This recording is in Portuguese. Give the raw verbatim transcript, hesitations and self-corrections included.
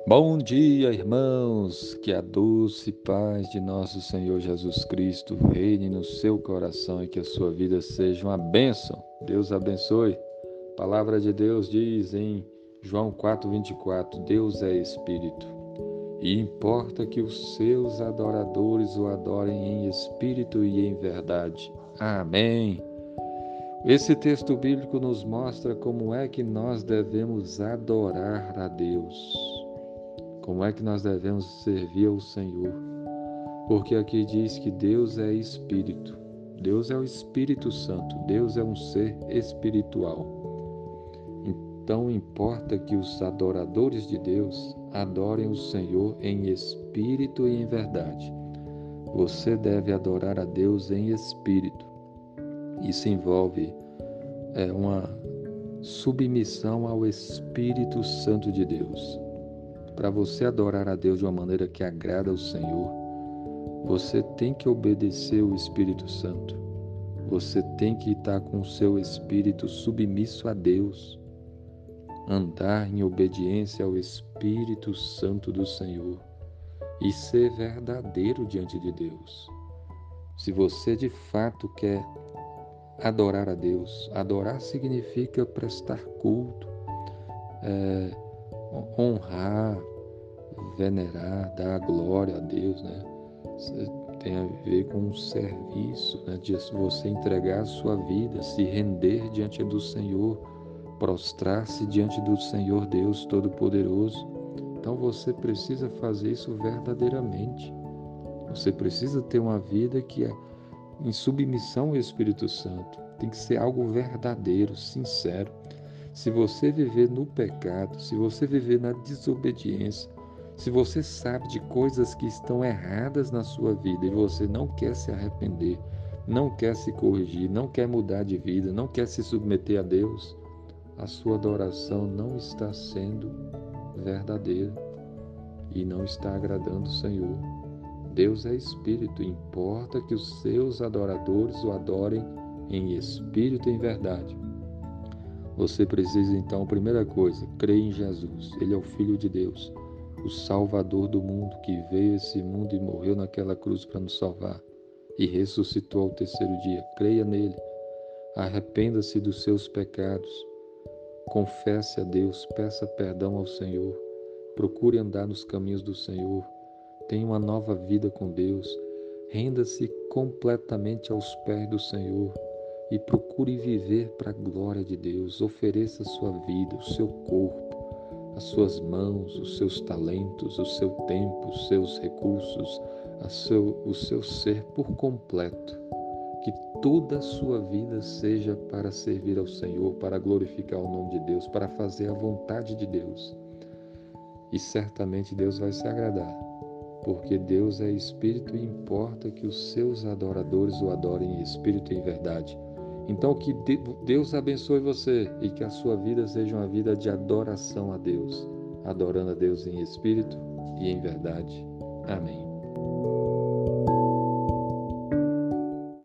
Bom dia, irmãos! Que a doce paz de nosso Senhor Jesus Cristo reine no seu coração e que a sua vida seja uma bênção. Deus abençoe. A palavra de Deus diz em João quatro, vinte e quatro: Deus é Espírito e importa que os seus adoradores o adorem em espírito e em verdade. Amém. Esse texto bíblico nos mostra como é que nós devemos adorar a Deus. Como é que nós devemos servir ao Senhor? Porque aqui diz que Deus é Espírito. Deus é o Espírito Santo. Deus é um ser espiritual. Então importa que os adoradores de Deus adorem o Senhor em espírito e em verdade. Você deve adorar a Deus em espírito. Isso envolve é, uma submissão ao Espírito Santo de Deus. Para você adorar a Deus de uma maneira que agrada ao Senhor, você tem que obedecer o Espírito Santo. Você tem que estar com o seu espírito submisso a Deus. Andar em obediência ao Espírito Santo do Senhor e ser verdadeiro diante de Deus. Se você de fato quer adorar a Deus, adorar significa prestar culto, é, honrar, venerar, dar glória a Deus, né? Tem a ver com um serviço, né? De você entregar a sua vida, se render diante do Senhor, prostrar-se diante do Senhor Deus Todo-Poderoso. Então você precisa fazer isso verdadeiramente. Você precisa ter uma vida que é em submissão ao Espírito Santo. Tem que ser algo verdadeiro, sincero. Se você viver no pecado, se você viver na desobediência, se você sabe de coisas que estão erradas na sua vida e você não quer se arrepender, não quer se corrigir, não quer mudar de vida, não quer se submeter a Deus, a sua adoração não está sendo verdadeira e não está agradando o Senhor. Deus é Espírito, importa que os seus adoradores o adorem em espírito e em verdade. Você precisa então, primeira coisa, crer em Jesus. Ele é o Filho de Deus, o Salvador do mundo, que veio a esse mundo e morreu naquela cruz para nos salvar e ressuscitou ao terceiro dia. Creia nele, arrependa-se dos seus pecados, confesse a Deus, peça perdão ao Senhor, procure andar nos caminhos do Senhor, tenha uma nova vida com Deus, renda-se completamente aos pés do Senhor e procure viver para a glória de Deus. Ofereça a sua vida, o seu corpo, as suas mãos, os seus talentos, o seu tempo, os seus recursos, a seu, o seu ser por completo. Que toda a sua vida seja para servir ao Senhor, para glorificar o nome de Deus, para fazer a vontade de Deus. E certamente Deus vai se agradar, porque Deus é Espírito e importa que os seus adoradores o adorem em espírito e em verdade. Então que Deus abençoe você e que a sua vida seja uma vida de adoração a Deus, adorando a Deus em espírito e em verdade. Amém.